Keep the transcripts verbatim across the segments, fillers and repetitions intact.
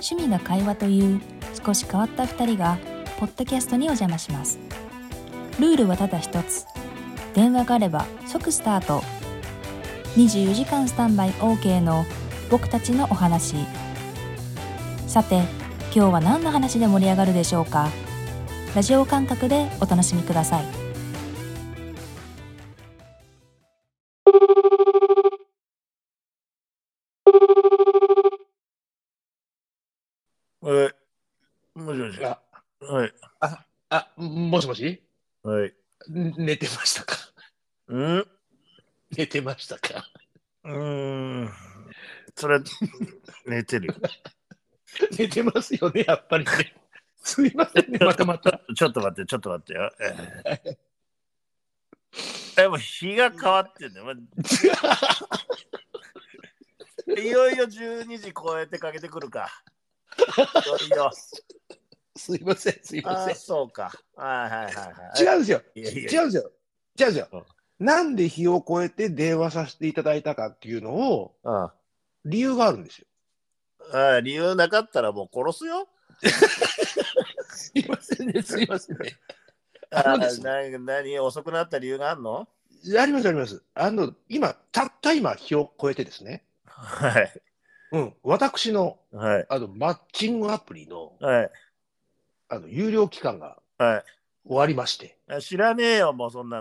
趣味が会話という少し変わったふたりがポッドキャストにお邪魔します。ルールはただ一つ。電話があれば即スタート。にじゅうよじかんスタンバイ OK の僕たちのお話。さて、今日は何の話で盛り上がるでしょうか。ラジオ感覚でお楽しみください。 はい。もしもし。 あ、 はい。 あ、あ、もしもしはい。 寝てましたかうん寝てましたかうーん。それ、寝てる。 寝てますよね、やっぱりね。すいませんね、またまた。 ちょっと待って、ちょっと待ってよ。えー、でも日が変わってんだよ。まいよいよじゅうにじ超えてかけてくるか。いよいよ。 すいません、すいません。 あ、そうか。はいはいはいはい。 違うんですよ。 いやいやいや違うんですよ。違うんですよ。なんで日を超えて電話させていただいたかっていうのを、 あ理由があるんですよ。 あ、理由なかったらもう殺すよ。 すいませんね、すいませんね。 ああのですね、 な何遅くなった理由があるの？ ありますあります。あの、今、たった今、日を超えてですね、 はい。 うん、私の、 はい。 あの、マッチングアプリの、 はい。 あの、有料期間がはい。 終わりまして。 知らねえよ、もうそんなの。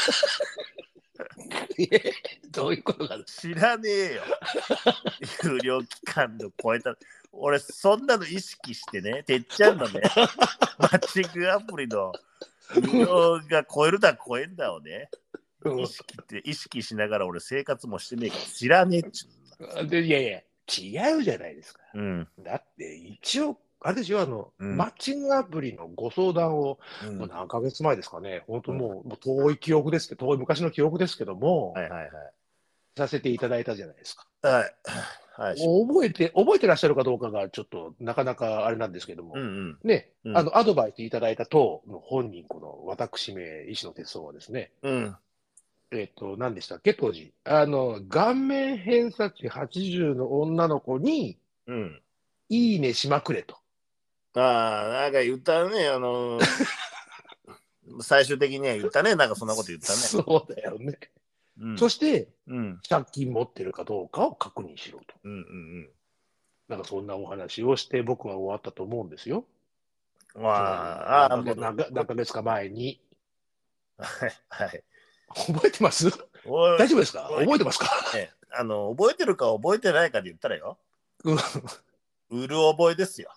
どういうことか知らねえよ。有料期間の超えた。俺、そんなの意識してね、てっちゃんのね、マッチングアプリの有料が超えるだ超えんだをね、 うん意識って意識しながら俺生活もしてねえから知らねえっちゅうでいやいや、違うじゃないですか。 う。うん。 だって一応、あれですよ、あの、 うんマッチングアプリのご相談を、 うんもう何ヶ月前ですかね、本当うんもう,、もう遠い記憶ですけど、遠い昔の記憶ですけども、 はいはいはい。 させていただいたじゃないですか。 はい。はい。 覚えて、覚えてらっしゃるかどうかがちょっとなかなかあれなんですけども、 うんうんね、 うんあの、アドバイスいただいた党の本人、この私名、石野哲夫はですね、 うんえっと、何でしたっけ、当時。あの、顔面偏差値はちじゅうの女の子に、 うん。 いいねしまくれと。 ああ、なんか言ったね、あのー最終的には言ったね、なんかそんなこと言ったね。 そうだよね。 うん、 そして、 うん借金持ってるかどうかを確認しろと。 うんうんなんかそんなお話をして僕は終わったと思うんですよ。 うん。 そのまあ、ああ、 何ヶ月もう、 何ヶ何ヶ月か前に。 はいはい。 覚えてますおい大丈夫ですかおい覚えてますかね、あの、覚えてるか覚えてないかで言ったらよ、 うんうる覚えですよ。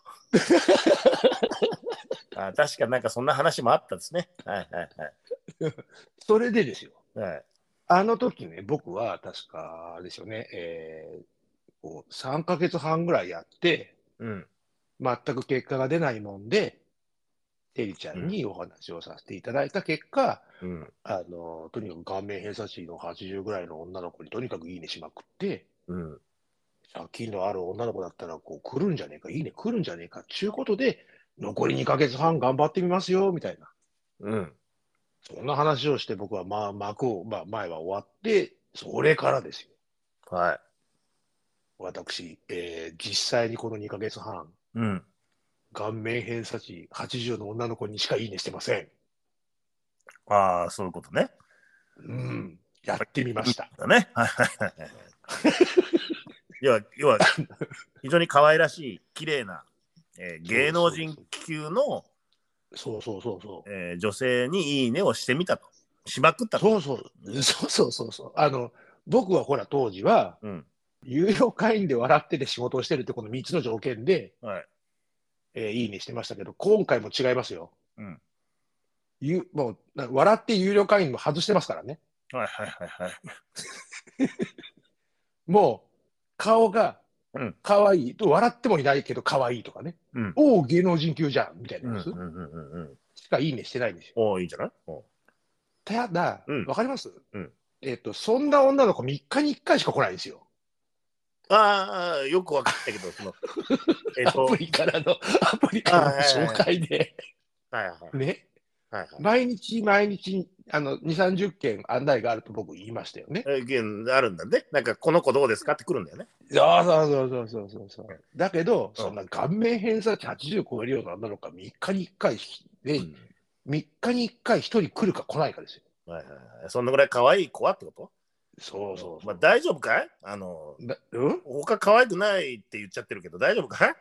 あ、確かなんかそんな話もあったんですね。はいはいそれでですよ。 はい。はい、 あの時ね、僕は確か、あれですよね、えーこうさんかげつはんぐらいやって、 うん。 全く結果が出ないもんで、てりちゃうんんにお話をさせていただいた結果、 うんあの、とにかく顔面偏差値のはちじゅうぐらいの女の子にとにかくいいねしまくって、 うん借金のある女の子だったらこう来るんじゃねえか、いいね来るんじゃねえかっていうことで、残りにかげつはん頑張ってみますよ、みたいな。 うんそんな話をして僕はまあ幕を、まあ前は終わって、それからですよ。 はい。 私、えー実際にこのにかげつはん、 うん。 顔面偏差値はちじゅうの女の子にしかいいねしてません。 ああ、そういうことね。 うん、やってみました。 だね。はいはいはいはい。要は、要は、非常に可愛らしい、綺麗な、えー芸能人級の、 そうそうそうそう。 えー女性にいいねをしてみたと。しまくったと。 そうそう。そうそうそうそう。あの、僕はほら当時は、 うん。 有料会員で笑ってて仕事をしてるってこのみっつの条件で、 はい。 えーいいねしてましたけど、今回も違いますよ。 うん。 ゆもう、な笑って有料会員も外してますからね。 はいはいはいはい。 もう、顔がうん。 可愛いと、笑ってもいないけど可愛いとかね。 うん。 おお、芸能人級じゃんみたいうん。 なやつうん。うん。うん。 しかいいねしてないんですよ。 おお、いいんじゃない？おただ、わ、 うんかります、 うんえっと、そんな女の子みっかにいっかいしか来ないんですよ。 ああ、よくわかったけど、その、えっと、 アプリからの、アプリからの紹介で、 はいはい。 ね。 はいはい。 毎日毎日あのに、さんじゅっけん案内があると僕言いましたよね。 えーあるんだね。なんかこの子どうですかって来るんだよね。 そうそうそうそうそうそう。だけど、 うんそんな顔面偏差値はちじゅう超えるような女の子がみっかにいっかいで、 うんみっかにいっかいひとり来るか来ないかですよ。 はいはいはい、そんなぐらい可愛い子はってこと？ そうそうそう。 まあ、大丈夫かい？あの、 だうん他可愛くないって言っちゃってるけど大丈夫かい？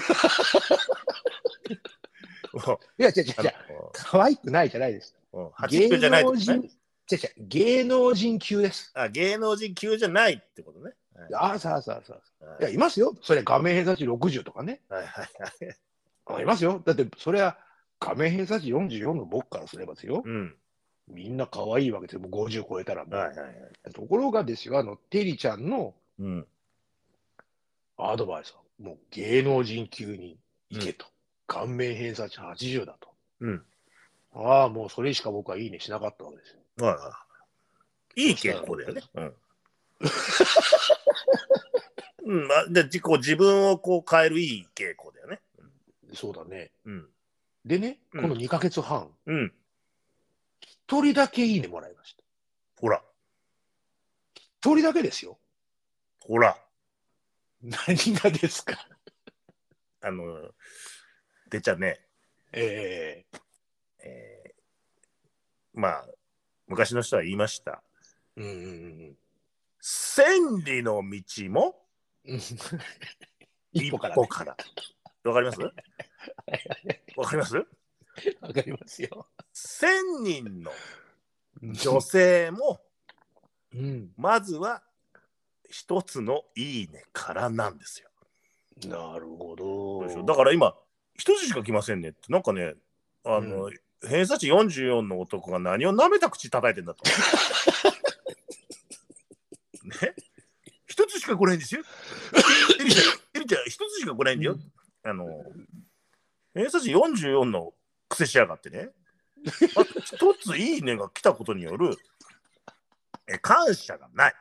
もういや、違う違う違う。 あの可愛くないじゃないです。 うんはち級じゃないってことね。 違う違う。芸能人級です。 あ、芸能人級じゃないってことね。はいああ、さあさあさあ。 はいいや、いますよ。それ画面偏差値ろくじゅうとかね。 はいはいはい。 あいますよ。だって、それは画面偏差値よんじゅうよんの僕からすればですよ。 うん。 みんな可愛いわけですよ。もうごじゅう超えたらもう。 はいはいはい。 ところがですよ、あの、テリちゃんのうん。 アドバイスは、もう芸能人級に行けと。顔面偏差値はちじゅうだと。 うん。 ああ、もうそれしか僕はいいねしなかったわけですよ。 はいはい。いい傾向だよね。うん。うん、まあ、で、自己自分をこう変えるいい傾向だよね。 そうだね。 うん。 でね、 うんこのにかげつはん、 うん。 一人だけいいねもらいました。 ほら、 一人だけですよ。 ほら、 何がですか？ あの、でちゃんね、 ええーまあ、昔の人は言いました。 えー。うんうんうん千里の道もうん。 一一歩から、ね。 歩から。わかります？わかります？ わかりますよ。 千人の女性も、 うん。 まずは一つのいいねからなんですよ。 なるほそうでしょ。 ど。 だから今、一つしか来ませんねって、なんかね、あの、 う偏差値よんじゅうよんの男が何を舐めた口叩いてんだと。ね、一つしか来ないんですよ。エリちゃん、エリちゃん、一つしか来ないんだよ。あの、偏差値よんじゅうよんの癖しやがってね、まず一ついいねが来たことによるえ感謝がない。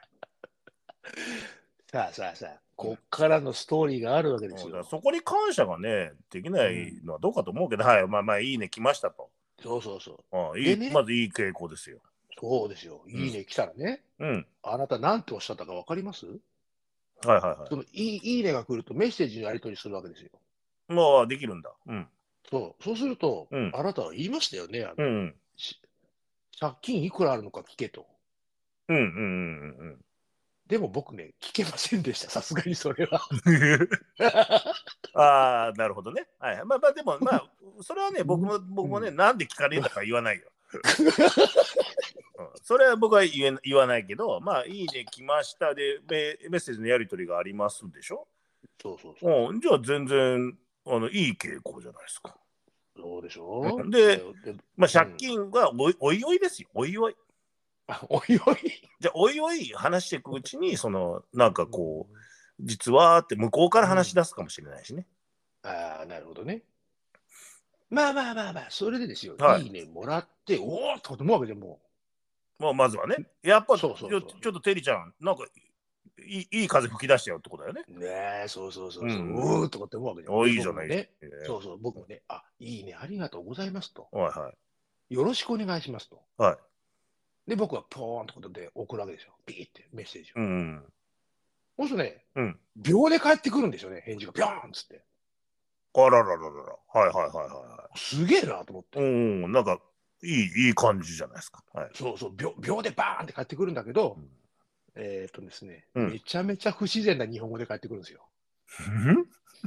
さあさあさあ、こっからのストーリーがあるわけですだからよ。 そこに感謝がね、できないのはどうかと思うけど、はい、まあまあ、いいね来ましたと。 そうそうそう。 ああいいでねまずいい傾向ですよ。 そうですよ。いいね来たらね、 うん。 あなたなんておっしゃったかわかります？ はいはいはいそ。のいいいいねが来るとメッセージのやり取りするわけですよ。 まあ、できるんだ。うん。 そう。そうすると、 うんあなたは言いましたよね。あのうんし借金いくらあるのか聞けと。 うんうんうんうんでも僕ね、聞けませんでした。さすがにそれは。 うん。ああ、なるほどね。はい。まあまあ、でもまあ、それはね、僕も僕もね、 うんなんで聞かれたか言わないよ。うんそれは僕は言え言わないけど、まあ、いいね来ましたで、メメッセージのやり取りがありますでしょ。 そうそうそう。 うん、じゃあ全然あのいい傾向じゃないですか。 そうでしょうんででまあ、借金はおいおいおいですよ、おいおい。 あおいおい。 じゃあ、おいおい話していくうちに、その、なんかこう、実はって向こうから話し出すかもしれないしね。 ああ、なるほどね。まあまあまあまあ、それでですよ。 はいいいねもらって、おおと思うわけでもまあ、まずはね、やっぱそうそうそうちょちょっとテリちゃん、なんかいいいい風吹き出したよってことだよね。 う。ねえ、そうそうそうそう。 うんうーとかって思うわけでおいいじゃないね。 えーそうそう、僕もね、あ、いいね、ありがとうございますと。 はいはいよろしくお願いしますと。 はい。 で、僕はポーンってことで送るわけですよ。ピーってメッセージを。 うんそうするとね、 うん。 秒で返ってくるんですよね、返事が。ピョーンっつって。 あららららら。はいはいはいはすげえなと思って。 いはい。うん、なんかいいいい感じじゃないですか。はい。 そうそう、秒秒でバーンって返ってくるんだけど、 うんえーっとですね、 うんめちゃめちゃ不自然な日本語で返ってくるんですよ。 ん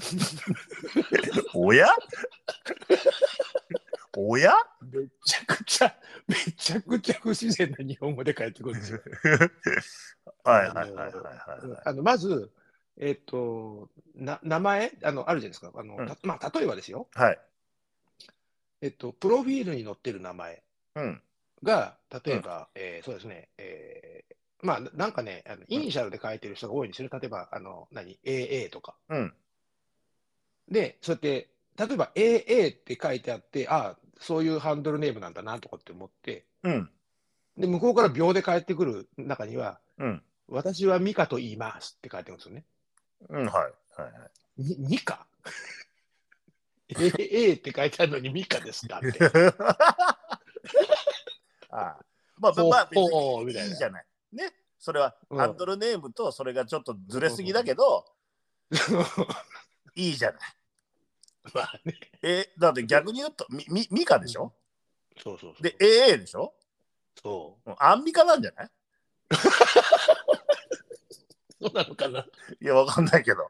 おやおやめちゃくちゃ、めちゃくちゃ不自然な日本語で返ってくるんですよ。 はいはいはいはいはい。 あのまず、えっ、とな、名前あの、あるじゃないですか。あの、 うんたまあ、例えばですよ、 はい。 えっと、プロフィールに載ってる名前うん。 が、例えば、えーそうですね、えーまあ、なんかね、あのイニシャルで書いてる人が多いんですよね。例えば、あの何 エーエー とか。 うん。 で、そうやって、例えば エーエー って書いてあって、ああ、そういうハンドルネームなんだなとかって思って、 うん。 で、向こうから秒で返ってくる中には、 うん。 私はミカと言いますって書いてるんですよね。 うん。はい。はいはい。 みミカエーエー って書いてあるのにミカですかって。 ああまあ、 ほうまあ、別ほうみたいないにいじゃない。ね。それはうんハンドルネームとそれがちょっとずれすぎだけど、いいじゃない。 まあね。 え、だって逆に言うと、み、み、ミカでしょ。 そうそうそう。 で、エーエー でしょ。 そうんアンミカなんじゃない？ う。そうなのかな。 いや、わかんないけど。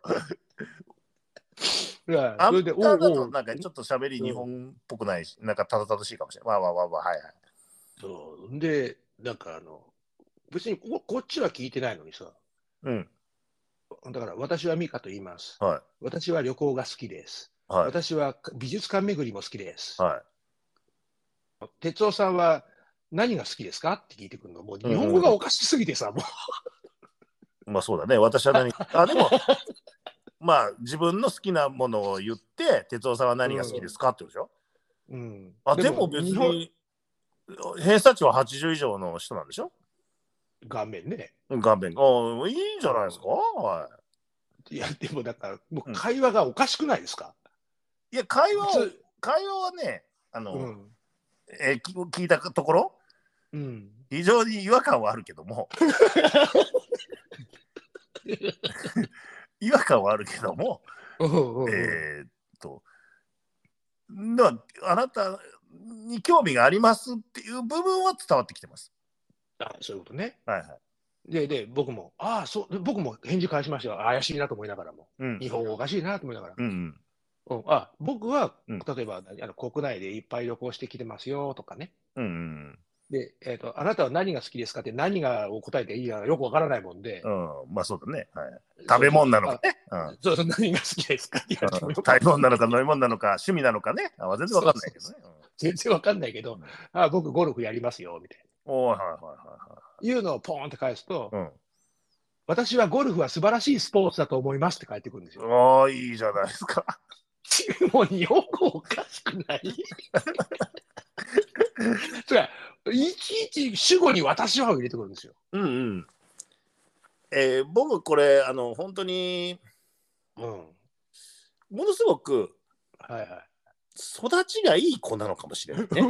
いや、 アンミそれで、おカだうおう。 となんかちょっと喋り日本っぽくないし、なんかたどたどしいかもしれない。わあわあわあわあ、はいはい。 そう。で、なんかあの、別にここっちは聞いてないのにさ、 うん。 だから私はミカと言います。 はい。 私は旅行が好きです。 はい。 私は美術館巡りも好きです。 は哲夫さんは何が好きですかって聞いてくるの。もうい。 日本語がおかしすぎてさ、もうん、まあそうだね。私は何あ、でも、まあ自分の好きなものを言って、哲夫さんは何が好きですかってことでしょ。 う。うん、 あ、でも別日本に、偏差値ははちじゅう以上の人なんでしょ。 顔面ね。 顔面。あ、いいんじゃないですか。はいや、でもだから、もううん会話がおかしくないですか、 い。いや、会話を、 普通、 会話はね、あの、 うん。 えーき聞いたところ、 うん。 非常に違和感はあるけども、違和感はあるけども、 うんうんうんえーっと、なあなたに興味がありますっていう部分は伝わってきてます。 あ、そういうことね。 はいはい。 で、で、僕も、ああ、そう、で僕も返事返しましたよ。怪しいなと思いながらも。 うん。 日本語おかしいなと思いながら。 うんうん。 うん、あ、僕は、 うん例えば、あの国内でいっぱい旅行してきてますよとかね。 うんうんで、えっと、あなたは何が好きですかって何がを答えていいかよくわからないもんで、 うん。うん。まあそうだね。はい。食そうべ物そうそうあなのかね。うん。 そうそう、何が好きですかって言われてもよく食べ物なのか飲み物なのか趣味なのかね。あ、全然わかんないけどね。 全然わかんないけど、あ、僕ゴルフやりますよみたいうん、おーはいはいはな。いうのをポーンって返すと、 いはい。 私はゴルフは素晴らしいスポーツだと思いますって返ってくるんですよ。 うん。ああ、いいじゃないですか。 もう日本語おかしくないそれいちいち主語に私はを入れてくるんですよ。 うんうん。えー僕これあの本当にうん。 ものすごくはいはい。 育ちがいい子なのかもしれないね。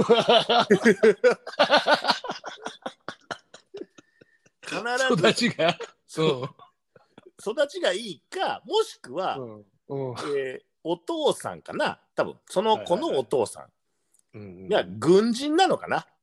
必育ずちが。 そう育ちがいいか、もしくは、 うんうんえーお父さんかな、多分その子のお父さんうんが軍人なのかな。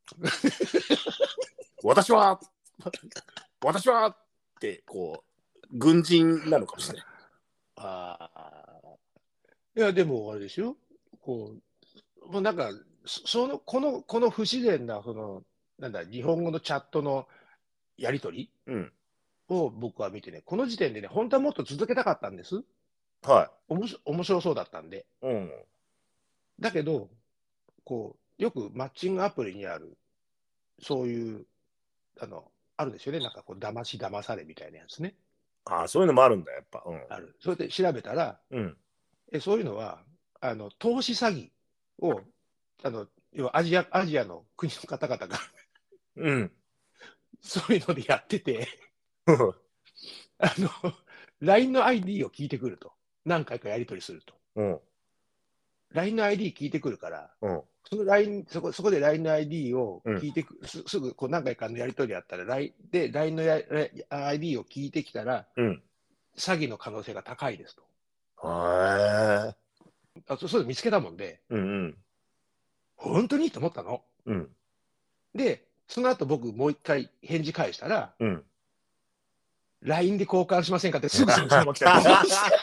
私は私はってこう軍人なのかもしれない。 ああ。いや、でもあれですよ。こう、もうなんか、そその、この、この不自然な、その、なんだ、日本語のチャットのやりとりうん。 を僕は見てね、この時点でね、本当はもっと続けたかったんです。 はおもし面白そうだったんで。 い。うん。 だけど、こう、よくマッチングアプリにある、そういう、あの、あるんですよね。なんかこう、騙し騙されみたいなやつね。 ああ、そういうのもあるんだやっぱ。 ある。それで調べたら、 うん。うん。 えそういうのは、あの、投資詐欺を、あの、要はアジア、アジアの国の方々がうん。 そういうのでやってて、あの、ライン の アイディー を聞いてくると。何回かやり取りすると。 うん。 ライン の アイディー 聞いてくるから、 うん。 その ライン、そこ、そこで ライン の アイディー をうん聞いてく、すすぐこう何回かのやり取りあったら、ライン で ライン のや アイディー を聞いてきたら、 うん。 詐欺の可能性が高いですと。 へえ。 あそそういうの見つけたもんで、 うんうん。 本当にと思ったの。 うん。 で、その後僕もう一回返事返したら、 うん。 ライン で交換しませんかってすぐその人が来たの。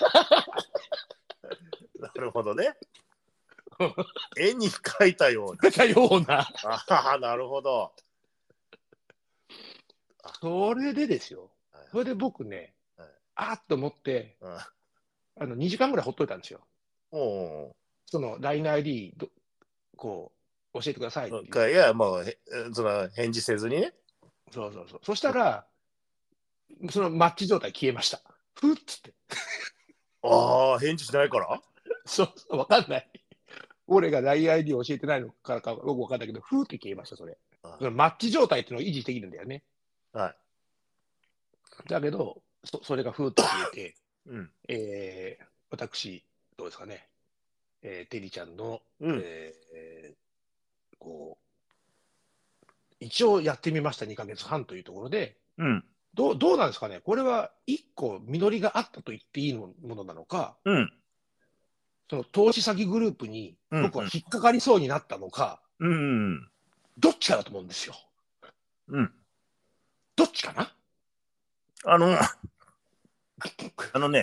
なるほどね。絵に描いたような。 たような。 ああ、なるほど。 それでですよ。それで僕ね、 はいあーっと思って、 うんあのにじかんぐらいほっといたんですよ。 おその ライン の アイディーど、こう、教えてくださいっていうお。いや、もう、へその返事せずにね。 そうそうそう。そしたら、そのマッチ状態消えました。ふっつって。 ああ、返事しないからそうそう、わかんない。俺が ライン アイディー を教えてないのからかよくわかんないけど、ふーって消えました、それ。そのマッチ状態っていうのを維持できるんだよね。 はい。 だけど、そそれがふーって消えて、 うん。 えー、私、どうですかね。えー、テリちゃんの、 うん。 えー、こ一応やってみました、にかげつはんというところで、 うん。 どうどうなんですかね、これはいっこ実りがあったと言っていいものなのか、 うん。 その投資詐欺グループにうん僕は引っかかりそうになったのか、 うん。うん。 どっちかだと思うんですよ。 うん。 どっちかなあの、あのね、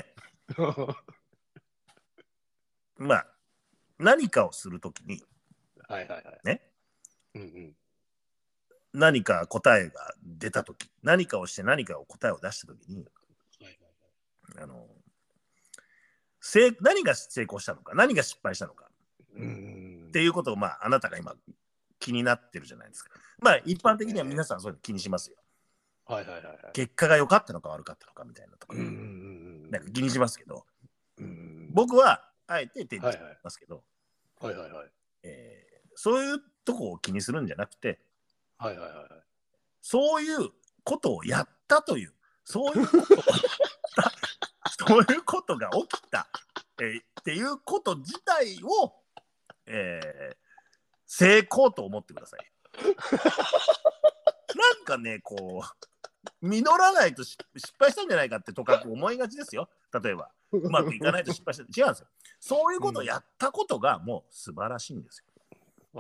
まあ、何かをするときに、 はいはいはい。 ね、 うんうん、 何か答えが出たとき、何かをして何かを答えを出したときに、 はいはいはい、 あの成何が成功したのか、何が失敗したのか、 うんっていうことを、まあ、あなたが今気になってるじゃないですか。まあ、一般的には皆さんそういうの気にしますよ。 はいはいはいはい、 結果が良かったのか悪かったのかみたいなところ、 うんうんうん、 なんか気にしますけど、 うん、 僕はあえて徹底しますけど、 はいはいはい、 えー、そういうとこを気にするんじゃなくて、 はいはいはいはい、 そういうことをやったという、そういうことそういうことが起きた、えー、っていうこと自体を、えー、成功と思ってください。なんかね、こう実らないと失敗したんじゃないかってとかく思いがちですよ。例えばうまくいかないと失敗した。違うんですよ。そういうことをやったことがもう素晴らしいんですよ。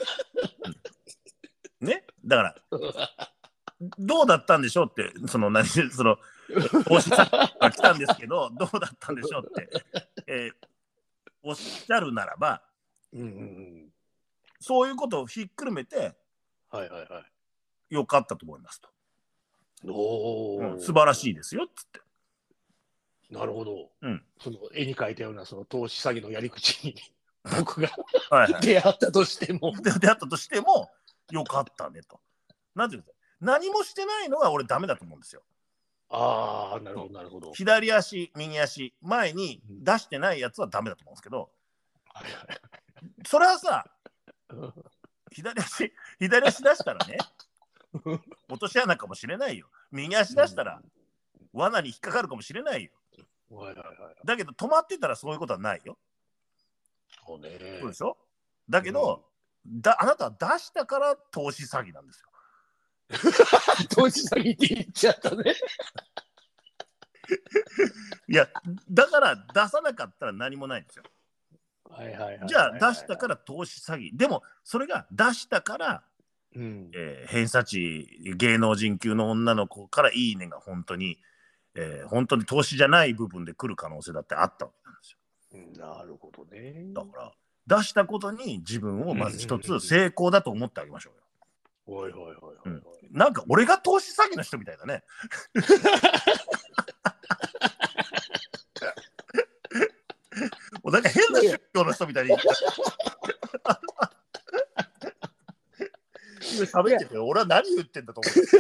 うん、ね、だからどうだったんでしょうって、その何そのおっしゃが来たんですけど、どうだったんでしょうって、えー、おっしゃるならば、うんうんうん、そういうことをひっくるめて、 はいはいはい、 よかったと思いますと。 おー、 うん、素晴らしいですよっつって。 なるほど、 うん、 その絵に描いたようなその投資詐欺のやり口に僕がはい、はい、 出会ったとしても出会ったとしてもよかったねと。なんていうか、何もしてないのは俺ダメだと思うんですよ。 ああ、なるほどなるほど。 左足右足前に出してないやつはダメだと思うんですけど、それはさ、左足左足出したらね落とし穴かもしれないよ。右足出したら罠に引っかかるかもしれないよ。だけど止まってたらそういうことはないよ。 そうね。 そうでしょ。だけど、うん、だあなたは出したから投資詐欺なんですよ。 投資詐欺って言っちゃったね。 いや、だから出さなかったら何もないんですよ。じゃあ出したから投資詐欺。でもそれが出したから、うんえー、偏差値芸能人級の女の子からいいねが本当に、えー、本当に投資じゃない部分で来る可能性だってあったわけなんですよ。なるほどね。 だから出したことに自分をまず一つ成功だと思ってあげましょうよ。 おいおいおいおい、うん、 なんか俺が投資詐欺の人みたいだね。もうなんか変な宗教の人みたいに喋ってて俺は何言ってんだと思う。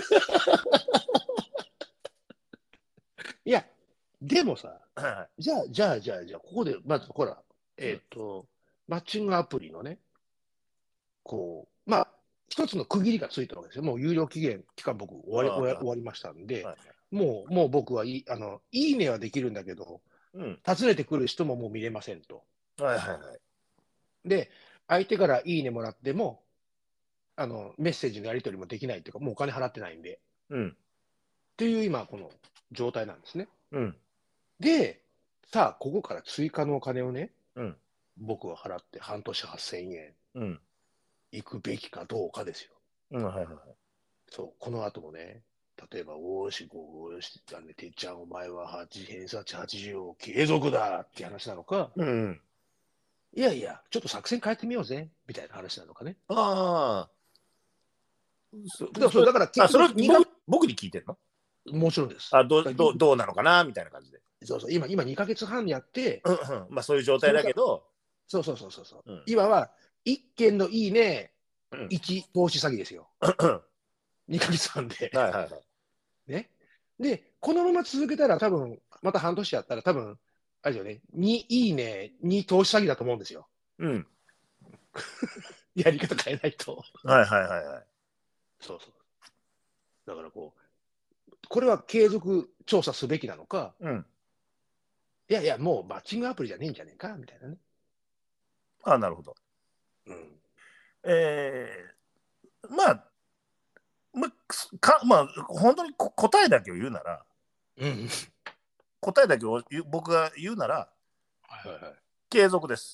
いやでもさ、はい、じゃあじゃあじゃあじゃあここでまずほらえっ、ー、と、うん、マッチングアプリのねこうまあ一つの区切りがついたわけですよ。もう有料期限期間僕終わり終わりましたんで、はい、もうもう僕はいいあのいいねはできるんだけど、うん、訪ねてくる人ももう見れませんと。はいはいはい。で相手からいいねもらってもあのメッセージのやり取りもできないっていうかもうお金払ってないんで、うん、っていう今この状態なんですね。うん、でさあここから追加のお金をね、うん、僕は払って半年はっせんえん、うん、行くべきかどうかですよ。うんはいはいはい、そうこの後もね例えばおーしごーしだねてっちゃんお前は偏差値はちじゅうを継続だって話なのか、うんうん、いやいやちょっと作戦変えてみようぜみたいな話なのかね。ああそうだから結局それ僕、僕に聞いてるの？もちろんです。あ ど, ど, どうなのかなみたいな感じで。そうそう今今にかげつはんやって、うんうん、まあそういう状態だけど、そうそうそうそうそう、うん、今はいっけんのいいね、うん、いち投資詐欺ですよ。にかげつはんで。はいはいはい。ね。でこのまま続けたら多分また半年やったら多分あれですよね。にいいねに投資詐欺だと思うんですよ。うん。やり方変えないと。はいはいはいはい。そうそう。だからこう、これは継続調査すべきなのか、うん、いやいや、もうマッチングアプリじゃねえんじゃねえかみたいなね。ああ、なるほど。うん、えー、まあ、 まかまあ本当に答えだけを言うなら、 うん、 答えだけを僕が言うなら、 はいはいはい、 継続です。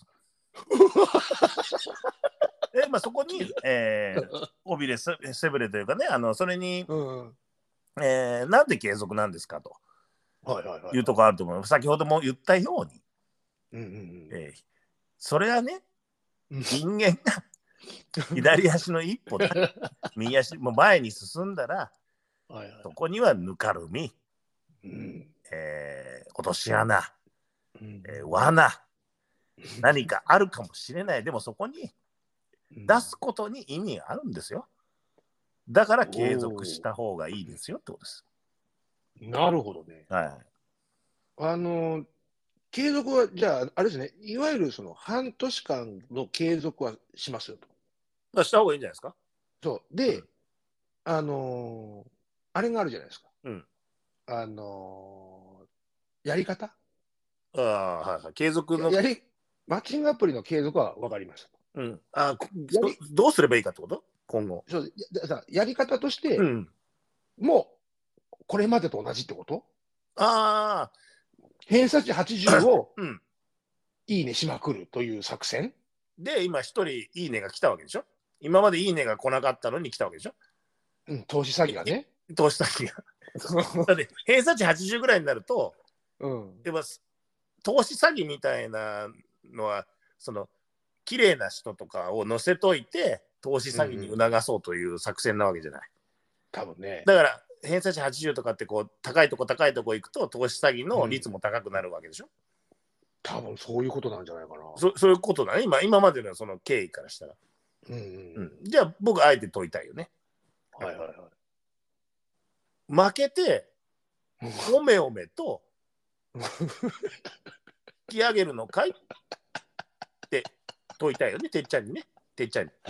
えまあ、そこに、えー、尾びれせぶれというかね、あのそれに、うんえー、なんで継続なんですかと、はいはいはい、いうところあると思います。先ほども言ったように、うんうんうんえー、それはね、人間が左足の一歩だ右足も前に進んだら、はいはい、そこにはぬかるみ、うんえー、落とし穴、うんえー、罠、何かあるかもしれない。でもそこに出すことに意味があるんですよ。だから継続した方がいいですよってことです。 なるほどね。はい、あの継続はじゃああれですね、いわゆるその半年間の継続はしますよと。 まあ、した方がいいんじゃないですか。 そうで、うん、あのー、あれがあるじゃないですか。うん、あのー、やり方。 ああはいはい、継続のやりマッチングアプリの継続は分かりました。 うん、あどどうすればいいかってこと今後。 そうや, やり方として、うん、もうこれまでと同じってこと？ああ。偏差値はちじゅうを、うん、いいねしまくるという作戦で、今一人いいねが来たわけでしょ。今までいいねが来なかったのに来たわけでしょ。 うん、投資詐欺がね。 投資詐欺が。だって偏差値はちじゅうぐらいになると、うん、でも投資詐欺みたいなのはその綺麗な人とかを載せといて投資詐欺に促そうという作戦なわけじゃない。 多分ね。 だから偏差値はちじゅうとかってこう高いとこ高いとこ行くと投資詐欺の率も高くなるわけでしょ。うん、 多分そういうことなんじゃないかな。 そそういうことだね。今今までのその経緯からしたら。うんうんうん、じゃあ僕あえて問いたいよね。はいはいはい。負けておめおめと引き上げるのかいって問いたいよね。てっちゃんにね。てっちゃんに。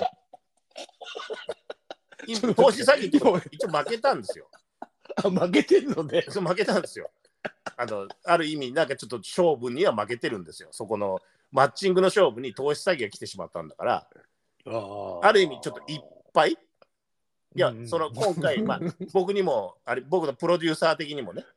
投資詐欺って一応負けたんですよ。 あ負けてるので、ね、 負けたんですよ。あのある意味なんかちょっと勝負には負けてるんですよ。そこのマッチングの勝負に投資詐欺が来てしまったんだから、あ, ある意味ちょっといっぱい。いや、うん、その今回、まあ、僕にもあれ僕のプロデューサー的にもね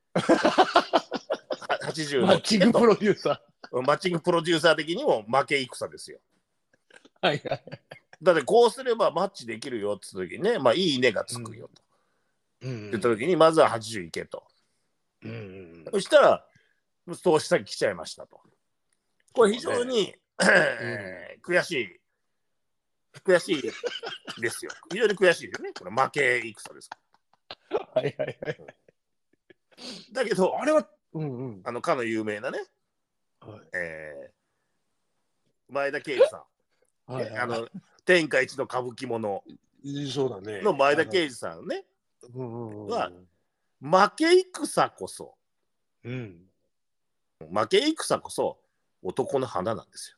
はちじゅうのマッチングプロデューサーマッチングプロデューサー的にも負け戦ですよ。 はいはい。 だってこうすればマッチできるよって時にね、まあいいねがつくよと、うん、言った時にまずははちじゅういけと、うんうん、そしたら投資先来ちゃいましたと。これ非常に、ねえー、悔しい悔しいですよ。非常に悔しいですよね。これ負け戦です。 はいはいはい。 だけどあれは、うんうん、 あのかの有名なね、はいえー、前田圭司さん、はいはい、あの天下一の歌舞伎者の前田圭司さんね、は負け戦こそ、うん、負け戦こそ男の花なんですよ。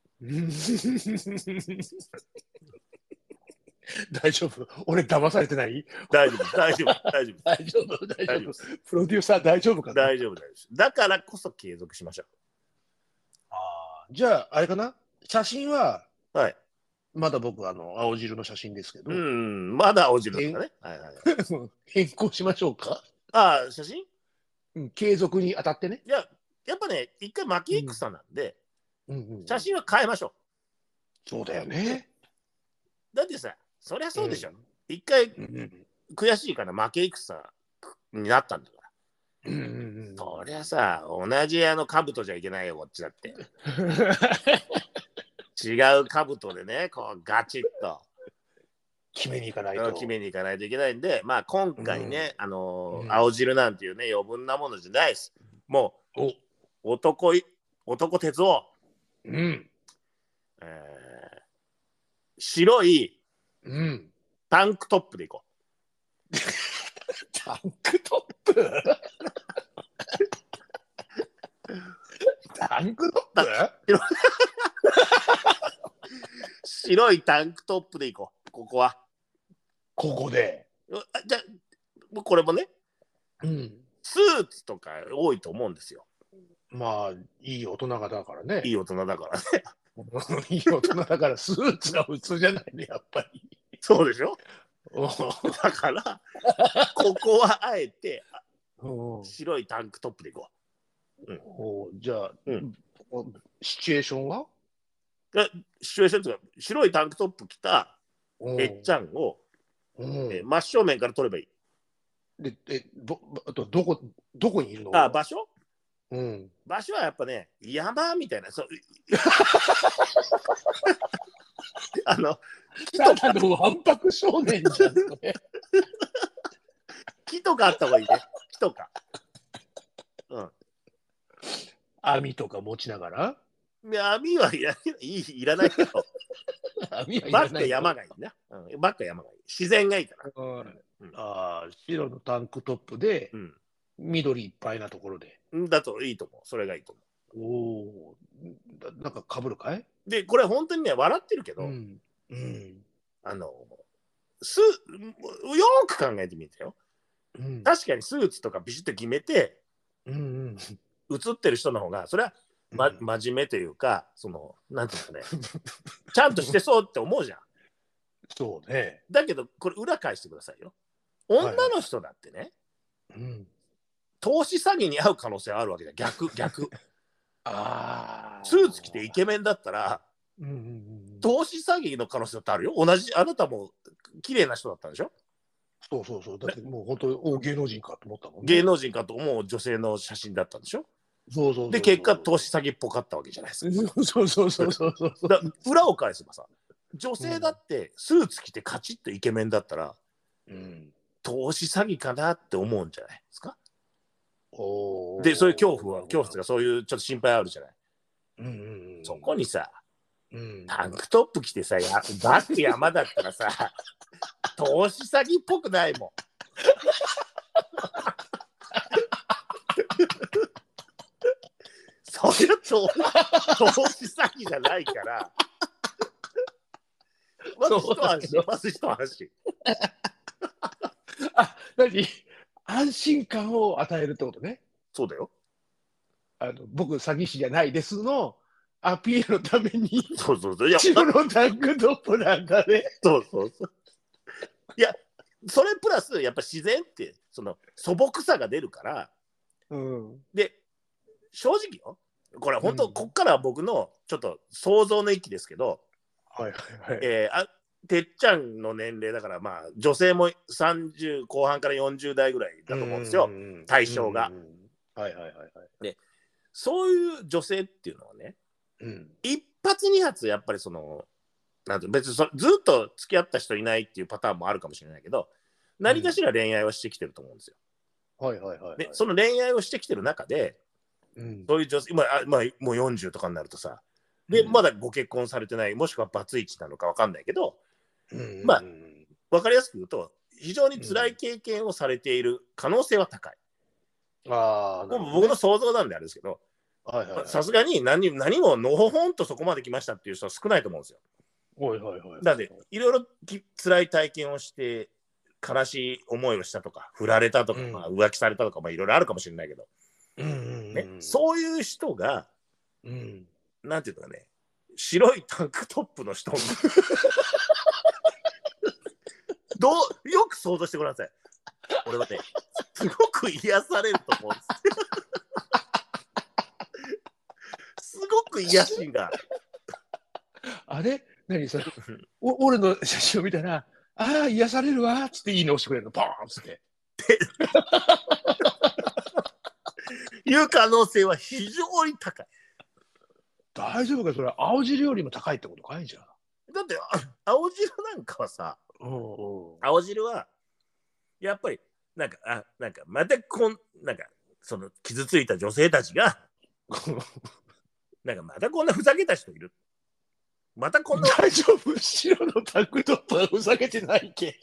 大丈夫？俺騙されてない？ 大丈夫大丈夫大丈夫大丈夫大丈夫プロデューサー大丈夫かな？ 大丈夫大丈夫。だからこそ継続しましょう。 あじゃああれかな、写真は、はい、まだ僕あの青汁の写真ですけど、 うんまだ青汁だね、はいはい、 変更しましょうか。 ああ写真、 うん、継続にあたってね。 いややっぱね一回負け戦なんで、うんうんうん、写真は変えましょう。そうだよね。 だってさそりゃそうでしょ、うん、一回、うん、悔しいから負け戦になったんだから、うんうんうん、そりゃさ同じあの兜じゃいけないよこっちだって違う兜でねこうガチッと決めに行かないと決めに行かないといけないんで、まあ今回ね、うん、あのーうん、青汁なんていうね余分なものじゃないです。もう男い男鉄を、うんえー、白いうん、タンクトップでいこう。 タンクトップタンクトップ白いタンクトップでいこう。ここはここでじゃあこれもね、うん、スーツとか多いと思うんですよ。 まあいい大人だからね。 いい大人だからねいい大人だからスーツが普通じゃないねやっぱり。 そうでしょ。 だからここはあえてうん白いタンクトップでいこおじゃあ、 うんシチュエーションはう。でシチュエーションというか白いタンクトップ着たうんえっちゃんを、 うんえー真正面から撮ればいい。 でえどあとどこどこにいるの？ あ場所うん場所はやっぱね山みたいなそうあのただのわんぱく少年じゃんそれ。 木とかあった方がいいね。木とか。うん網とか持ちながらいや網はいらないいいいらないけど網はいバッらないク山がいいな、うん、バック山がいい自然がいいから、 うんあ白のタンクトップでうん緑いっぱいなところでだといいと思う。それがいいと思おおなんかかぶるかいうでこれ本当にね笑ってるけど、 うんうんあのすよーく考えてみてよ。 うん確かにスーツとかビシッと決めてうんうん映ってる人の方がそれは、まうん真面目というかそのなんていうかねちゃんとしてそうって思うじゃん。 そうねだけどこれ裏返してくださいよ。女の人だってね、 うん投資詐欺に遭う可能性あるわけだ。逆逆ああスーツ着てイケメンだったらうんうんうん投資詐欺の可能性だってあるよ。同じあなたも綺麗な人だったんでしょ。 そうそうそうだってもう本当にお芸能人かと思ったもんね芸能人かと思う女性の写真だったんでしょ。 そうそうそうそうで結果投資詐欺っぽかったわけじゃないですか。 そうそうそうそうそうそうだ裏を返せばさ女性だってスーツ着てカチッとイケメンだったら、 うん投資詐欺かなって思うんじゃないですか。 おーでそういう恐怖は恐怖とかそういうちょっと心配あるじゃない。 うんうんうんそこにさうんタンクトップ着てさやバック山だったらさ投資詐欺っぽくないもん。それは投投資詐欺じゃないからまず一安心まず一安心。 あ何安心感を与えるってことね。 そうだよ。 あの僕詐欺師じゃないですのアピールのためにそうそうそういや白のタンクトップなんだね。 そうそうそういやそれプラスやっぱ自然ってその素朴さが出るからうんで正直よこれ本当、 うんこっからは僕のちょっと想像の域ですけど、 はいはいはい。 えー、あてっちゃんの年齢だからまあ女性もさんじゅうこう半からよんじゅう代ぐらいだと思うんですよ、対象が、 うんうんはいはいはいはい。 そういう女性っていうのはねうん一発二発やっぱりそのなんて別にそずっと付き合った人いないっていうパターンもあるかもしれないけど何かしら恋愛はしてきてると思うんですよ。 はいはいはいはい。 でその恋愛をしてきてる中でうんそういう女性今あ、まあ、もうよんじゅうとかになるとさで、 うんまだご結婚されてないもしくはバツイチなのか分かんないけどうんまあ分かりやすく言うと非常に辛い経験をされている可能性は高い。 ああ、 これも僕の想像なんであれですけどさすがに何何ものほほんとそこまで来ましたっていう人は少ないと思うんですよ。 はいはいはい。 なのでいろいろき辛い体験をして悲しい思いをしたとか振られたとか、 うんまあ、浮気されたとかまあいろいろあるかもしれないけど、 うんうんね、そういう人がうんなんていうのかね白いタンクトップの人どうよく想像してください。俺はねすごく癒されると思うんですすごく癒しがあれ何それお俺の写真を見たらああ癒されるわっつっていいね押してくれるのポーンっつっていう可能性は非常に高い。 大丈夫かそれ青汁よりも高いってことかいじゃん。 だってあ青汁なんかはさ青汁はやっぱりなんかあなんかまたこんなんかその傷ついた女性たちがなんかまたこんなふざけた人いるまたこんな大丈夫白のタンクトップはふざけてないけ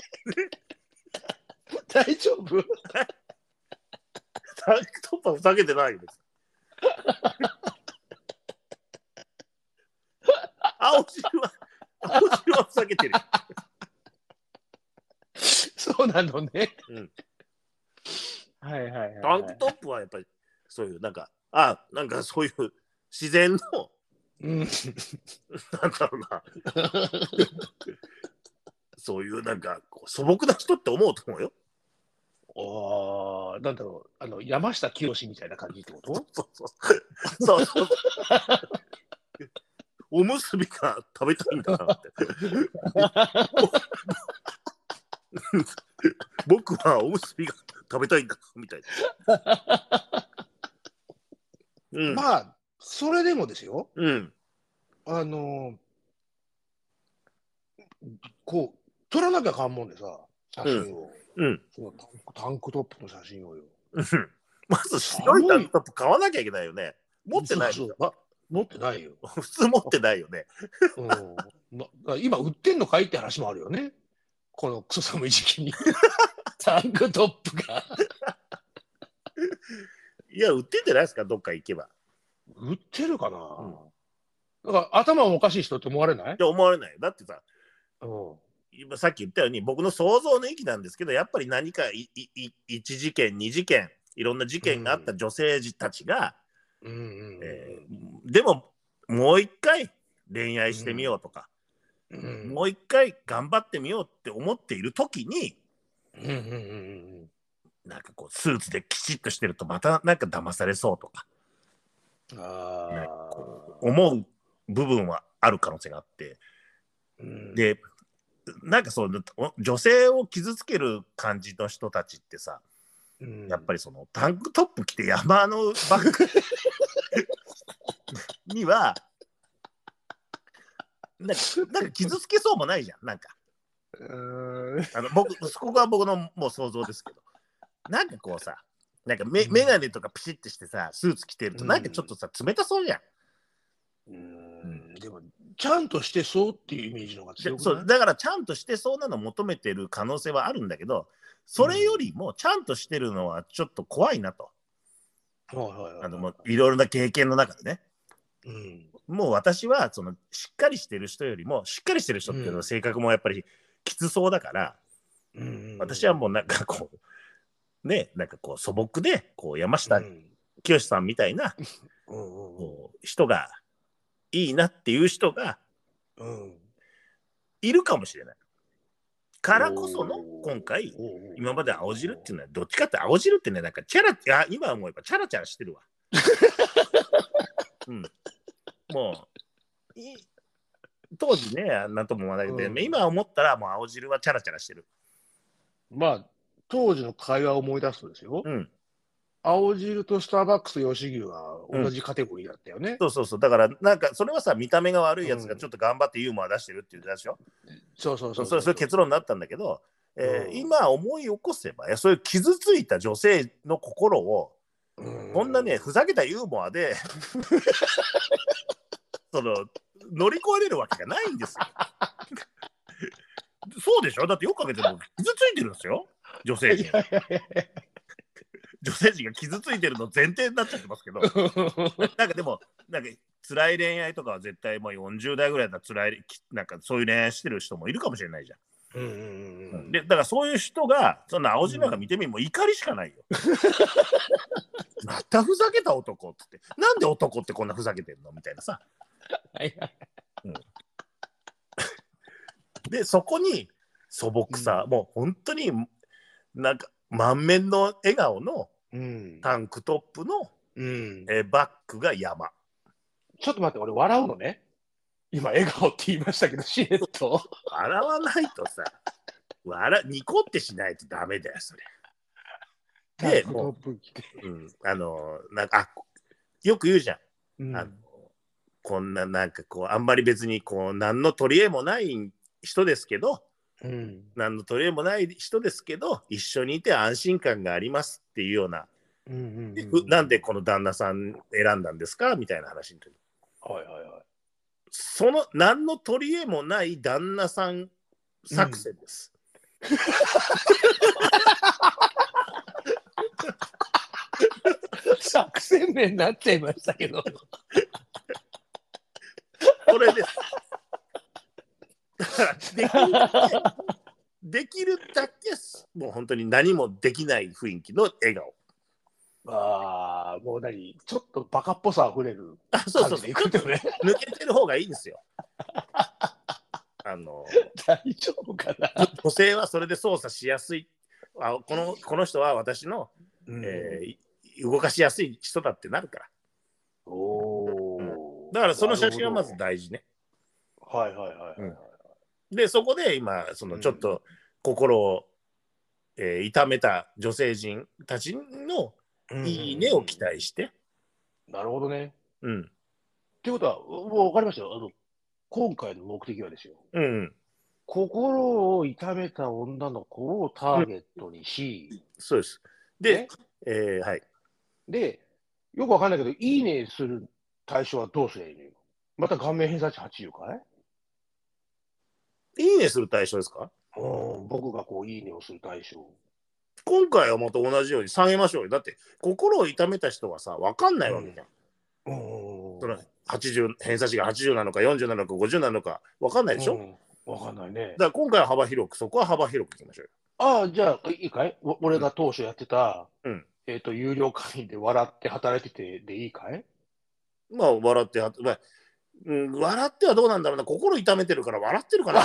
大丈夫タンクトップはふざけてないよ青汁は青汁はふざけてるそうなのね、 うん、 はいはいはい、はい、 タンクトップはやっぱりそういうなんかあなんかそういう自然の、 うん、 なんだろうなそういうなんかこう素朴な人って思うと思うよ。 ああ、なんだろう、あの山下清みたいな感じってこと？ そうそうそうそうおむすびが食べたいんだなって僕はおむすびが食べたいんだみたいな、うん、 まあそれでもですよ、 うん、 あのこう撮らなきゃかんもんでさ、写真を、 うん、 そのタンク、タンクトップの写真をよ。 まず白いタンクトップ買わなきゃいけないよね。持ってないでしょ。 そうそう、持ってないよ。 普通持ってないよね。 うん、今売ってんのかいって話もあるよね。このクソ寒い時期にタンクトップがいや売ってんじゃないですか、どっか行けば。 売ってるかな、 うん、 だから頭おかしい人って思われない？ って思われない。だってさ、 うん、 今さっき言ったように僕の想像の域なんですけど、やっぱり何かいいいいち事件に事件いろんな事件があった女性たちが、うんうんうんえー、でももう一回恋愛してみようとか、うん、もう一回頑張ってみようって思っている時に、うんうんうん、なんかこうスーツできちっとしてるとまたなんか騙されそうとか、あこう思う部分はある可能性があって、うん、でなんかそう女性を傷つける感じの人たちってさ、うん、やっぱりそのタンクトップ着て山のバッグにはなんか、なんか傷つけそうもないじゃん。なんかあの僕そこが僕のもう想像ですけど、なんかこうさ、なんか メ, メガネとかピシッとしてさスーツ着てるとなんかちょっとさ冷たそうじゃん。 うーん、でもちゃんとしてそうっていうイメージの方が強くない？ そうだからちゃんとしてそうなのを求めてる可能性はあるんだけど、それよりもちゃんとしてるのはちょっと怖いなと。いろいろな経験の中でね、うん、もう私はそのしっかりしてる人よりもしっかりしてる人っていうのは性格もやっぱりきつそうだから、うん、私はもうなんかこうね、なんかこう素朴でこう山下清さんみたいな、うん、こう人がいいなっていう人が、うん、いるかもしれないからこその今回今まで青汁っていうのはどっちかって青汁ってね、なんかチャラ、いや今はもうやっぱチャラチャラしてるわ、うん、もうい当時ねなんとも思わないけど、うん、今思ったらもう青汁はチャラチャラしてる。 まあ当時の会話を思い出すとですよ、うん、青汁とスターバックス吉牛は同じカテゴリーだったよね、うん、 そうそうそう、だからなんかそれはさ見た目が悪いやつがちょっと頑張ってユーモア出してるっていうでしょ、うん、そうそうそうそう、それ結論になったんだけど、えーうん、今思い起こせばそういう傷ついた女性の心を、うん、こんなねふざけたユーモアでその乗り越えれるわけがないんですよそうでしょ、だってよくかけても傷ついてるんですよ女性陣女性陣が傷ついてるの前提になっちゃってますけどなんかでもなんか辛い恋愛とかは絶対もうよんじゅう代ぐらいだったら辛いなんかそういう恋愛してる人もいるかもしれないじゃん。うんうんうん、でだからそういう人がそんな青白が見てみも怒りしかないよ、うん、またふざけた男っつってなんで男ってこんなふざけてんのみたいなさうん、でそこに素朴さ、うん、もう本当になんか満面の笑顔のタンクトップの、うん、えバックが山。 ちょっと待って、俺笑うのね。今笑顔って言いましたけど、しれっと笑わないとさ笑ニコってしないとダメだよそれ。でもう、うん、あのなんかあよく言うじゃん、うん、あのこんななんかこうあんまり別にこう何の取り柄もない人ですけど、うん、何の取り柄もない人ですけど一緒にいて安心感がありますっていうような、うんうんうんうん、なんでこの旦那さん選んだんですかみたいな話になる。はいはいはい。その何の取り柄もない旦那さん作戦です、うん、 作戦名になっちゃいましたけどこれですできるだけできるだけもう本当に何もできない雰囲気の笑顔。 ああ、もう何ちょっとバカっぽさあふれる感じでいくってね。 抜けてる方がいいんですよ。ああの大丈夫かな。 女性はそれで操作しやすい、あこのこの人は私の、 うんえー、動かしやすい人だってなるから。 おうん、だからその写真はまず大事ね。 はいはいはいはい、はいうん、でそこで今そのちょっと心を、えー、痛めた女性陣たちのいいねを期待して、 うん、なるほどね。 うん。 ってことはもう分かりましたよ。あの今回の目的はですよ。 うん。 心を痛めた女の子をターゲットにし、 うん、そうです。で、 ねえー、はい。 で、よくわかんないけど、いいねする対象はどうすればいいのよ。また顔面偏差値はちじゅうかいいいねする対象ですか？ うん、僕がこう、いいねをする対象。 今回はまた同じように下げましょうよ。だって、心を痛めた人はさ、わかんないわけじゃん。うん、そのはちじゅう、偏差値がはちじゅうなのかよんじゅうなのかごじゅうなのかわかんないでしょ、うん、 わかんないね。 だから今回は幅広く、そこは幅広くいきましょうよ。 ああ、じゃあ、いいかい？俺が当初やってた、 うん、 えっと、有料会員で笑って働いててでいいかい？ まあ、笑って、まあうん、笑ってはどうなんだろうな、心痛めてるから笑ってるかな。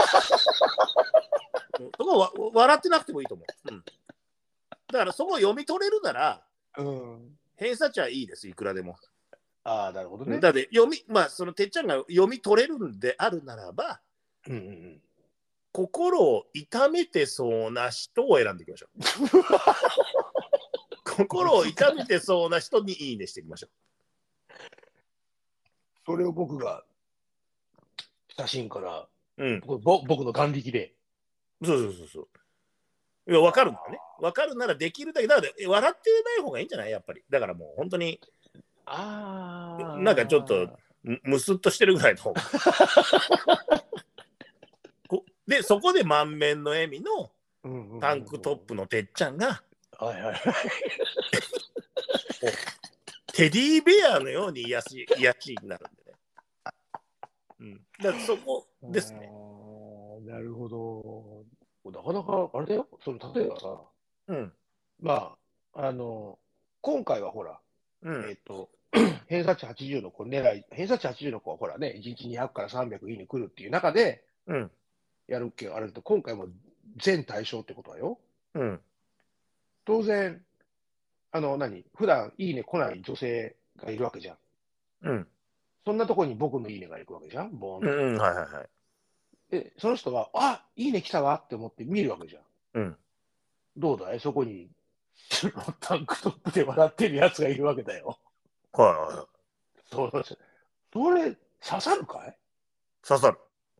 そこは笑ってなくてもいいと思う。うん、だからそこを読み取れるなら、うん、偏差値はいいです、いくらでも。 ああ、なるほどね。 だって読み、まあ、そのてっちゃんが読み取れるんであるならば、うんうんうん、心を痛めてそうな人を選んでいきましょう。心を痛めてそうな人にいいねしていきましょう。 それを僕が写真から、 うん、 僕の眼力で。 そうそうそうそう。いや分かるんだね。分かるならできるだけ。だから笑ってない方がいいんじゃない？やっぱり。だからもう本当に、あなんかちょっとむすっとしてるぐらいの方が。で、そこで満面の笑みのタンクトップのてっちゃんが、テディベアのように癒し癒しになるんでね。うん、だからそこですね。 なるほど。なかなかあれだよ。その例えばさ、うん、まああの今回はほら、うん、えっ、ー、と偏差値はちじゅうの子狙い、偏差値はちじゅうの子はほらね、いちにちにひゃくからさんびゃくいいね来るっていう中で、うん、やるっけあれと今回も全対象ってことはよ。うん、当然あの何普段いいね来ない女性がいるわけじゃん。うん。そんなとこに僕のいいねが行くわけじゃん。ボーンと。うん、はいはいはい。で、その人は、あ、いいね来たわって思って見るわけじゃん。うん。どうだい？そこにタンクトップで笑ってるやつがいるわけだよ。はいはいはい。そうです。それ、刺さるかい？刺さる。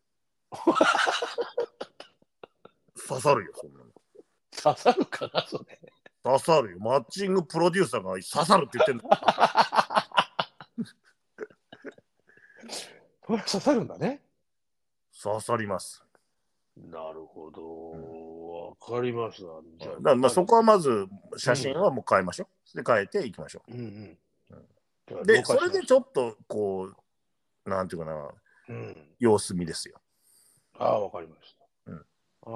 刺さるよ、そんなの。刺さるかな、それ。刺さるよ。マッチングプロデューサーが刺さるって言ってんだ。これ刺さるんだね。刺さります。なるほど。わ、うん、かりました。じゃあ、だまあそこはまず写真はもう変えましょう。うん、で変えていきましょう。うんうんうん、で、それでちょっとこう、なんていうかな、うん、様子見ですよ。ああ、わかりました。うん、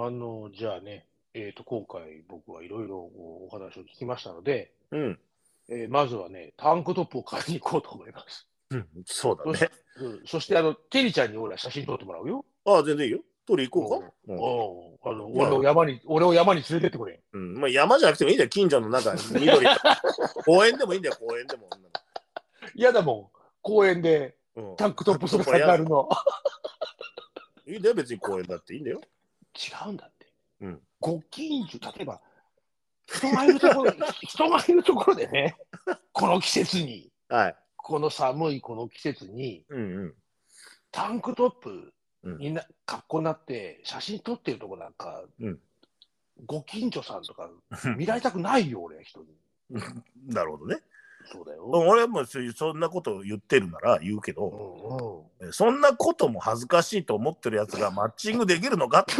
あの、じゃあね、えっと、今回僕はいろいろお話を聞きましたので、うん、えー、まずはね、タンクトップを買いに行こうと思います。うん、そうだね。そ, うん、そして、あの、テリちゃんに俺は写真撮ってもらうよ。ああ、全然いいよ。取り行こうか。うん、おあの、俺を山に、俺を山に連れてってくれ。うん、まあ山じゃなくてもいいんだよ。近所の中に緑。公園でもいいんだよ、公園でも。嫌だもん。公園でタンクトップ姿になるの。いいんだよ、別に公園だっていいんだよ。違うんだって。うん。ご近所、例えば、人がいるところ、人がいるところでね、この季節に。はい。この寒いこの季節に、うんうん、タンクトップみんな格好になって写真撮ってるとこなんか、うん、ご近所さんとか見られたくないよ俺人に。なるほどね。そうだよ。俺はもうそんなことを言ってるなら言うけど、うんうん、そんなことも恥ずかしいと思ってるやつがマッチングできるのか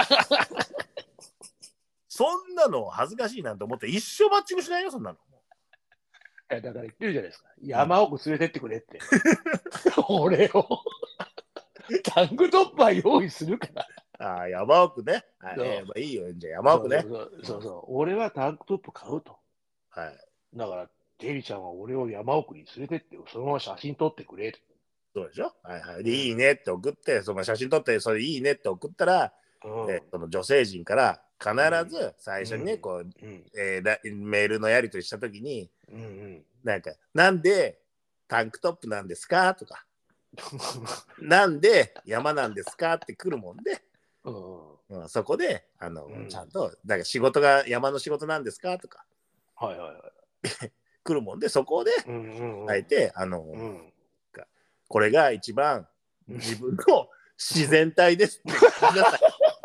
そんなの恥ずかしいなんて思って一生マッチングしないよそんなの。だから言ってるじゃないですか。山奥連れてってくれって。俺を。タンクトップは用意するから。ああ、山奥ね。はい、えーまあ、いいよ、じゃあ山奥ね。そうそうそうそうそう。俺はタンクトップ買うと。はい。だから、テリちゃんは俺を山奥に連れてって、そのまま写真撮ってくれ。 そうでしょ、はいはい、でいいねって送って、その写真撮ってそれいいねって送ったら、 うんえその女性陣から必ず最初にね、 うんこう、 うんえーラメールのやり取りした時に、 うんうんなんかなんでタンクトップなんですかとか、なんで山なんですかって来るもんで、 うんうん、そこであの、 うんちゃんとだから仕事が山の仕事なんですかとかはいはいはい来るもんで、そこでうんうんうんあえてあの、 うんこれが一番自分の自然体ですって言ってください。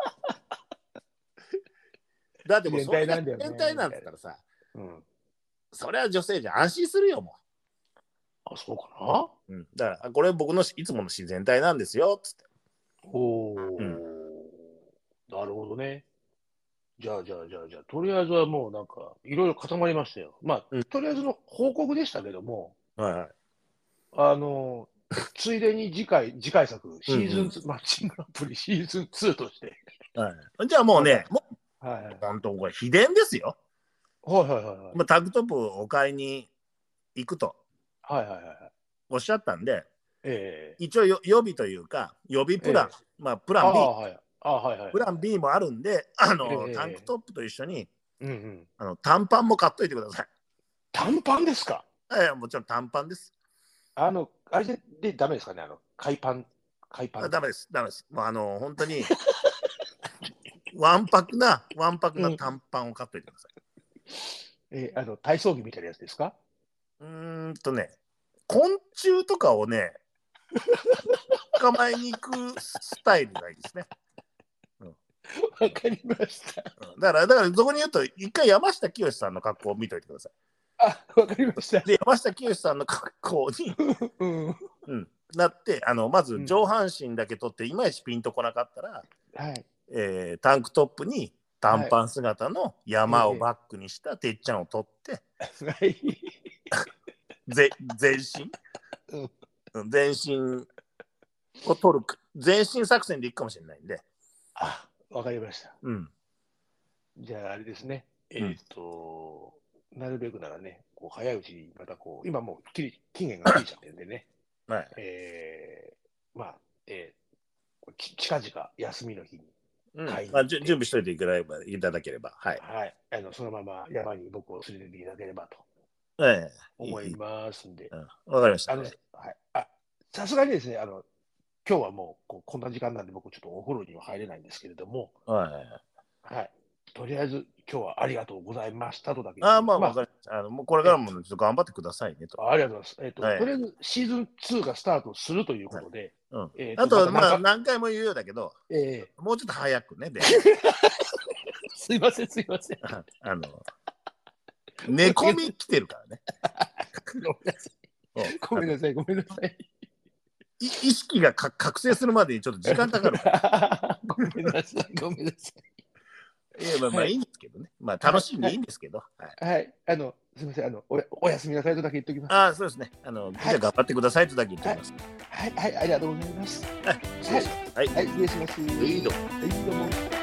だってもうそれが自然体なんだったらさ、 うんそれは女性じゃ安心するよもあそうかなう、うん、だからこれ僕のいつもの自然体なんですよっつって。 おお、 うんなるほどね。じゃあじゃあじゃあじゃあとりあえずはもうなんかいろいろ固まりましたよ。まあ、 うんとりあえずの報告でしたけども、 はいはい、 あのついでに次回次回作シーズンうんツー、マッチングアプリシーズンツーとして、 はい、じゃあもうね、もうはいはい本当これ秘伝ですよ。 はいはいはいはいまあ、タグトップをお買いに行くとはいはいはいはいおっしゃったんで、 ええ一応よ予備というか予備プラン、 えまあプラン B、 ああはいああはいはいプラン B もあるんで、あの、 ええタンクトップと一緒にうんうんあの短パンも買っといてください。 短パンですか？ ええ、もちろん短パンです。 あのあれででダメですかね、あの海パン海パンあダメです、ダメです。もうあの本当にわんぱくなわんぱくな短パンを買っといてください。 えーあの体操着みたいなやつですか？ うーんとね、昆虫とかをね捕まえに行くスタイルがいいですね。 わかりました。 うんだからだからそこに言うと一回山下清さんの格好を見といてください。 あ、わかりました。 で山下清さんの格好に、 うん、 うん、なってあのまず上半身だけ取っていまいちピンとこなかったら、 はい。 えータンクトップに短パン姿の山をバックにしたてっちゃんを取って、 はい。 ぜ全身、 うんうん全身を取る全身作戦でいくかもしれないんで、 あ、わかりました。 うん、 じゃあ、あれですね。えっ、と、なるべくならね、こう早いうちにまたこう、今もうきり期限が切れちゃってるんでね、 はい、 えー、まあ、えー、ち近々休みの日に、 うん買いにまあ、じゅ準備しといていただければいただければ、はい、 はい、あのそのまま山に僕を連れてっていただければとええ思いいいますんで、 うんわかりました、 あの、 ね。 はい、あ、さすがにですね、あの、今日はもうこうこんな時間なんで僕ちょっとお風呂には入れないんですけれども、 はいはいはいはい、とりあえず今日はありがとうございましたとだけ言ああ、 ってままあ、わかりました。あの、もうこれからもちょっと頑張ってくださいねと。 あありがとうございます。えっ、と、 はいとりあえずシーズンツーがスタートするということで、 うんえーあと、まあ、 またなんか何回も言うようだけど、 えもうちょっと早くね、で、 ーすいません、すいません。 ああの、寝込み来てるからね。 ごめんなさうんい。ごめんなさい、ごめんなさい。 い意識がか覚醒するまでにちょっと時間かかる。 ごめんなさい、ごめんなさいや、まあ、まあはいいいんですけどね。まあ、楽しんでいいんですけど。はいい。はい、あの、すみません、あの、おやおやすみなさいとだけ言っておきます。 ああ、そうですね。あの、じゃあ頑張ってくださいとだけ言っておきます。 はい、はい、ありがとうございます。 はい、失礼します。はい、 はい、失礼します。 いいのはい、どうも。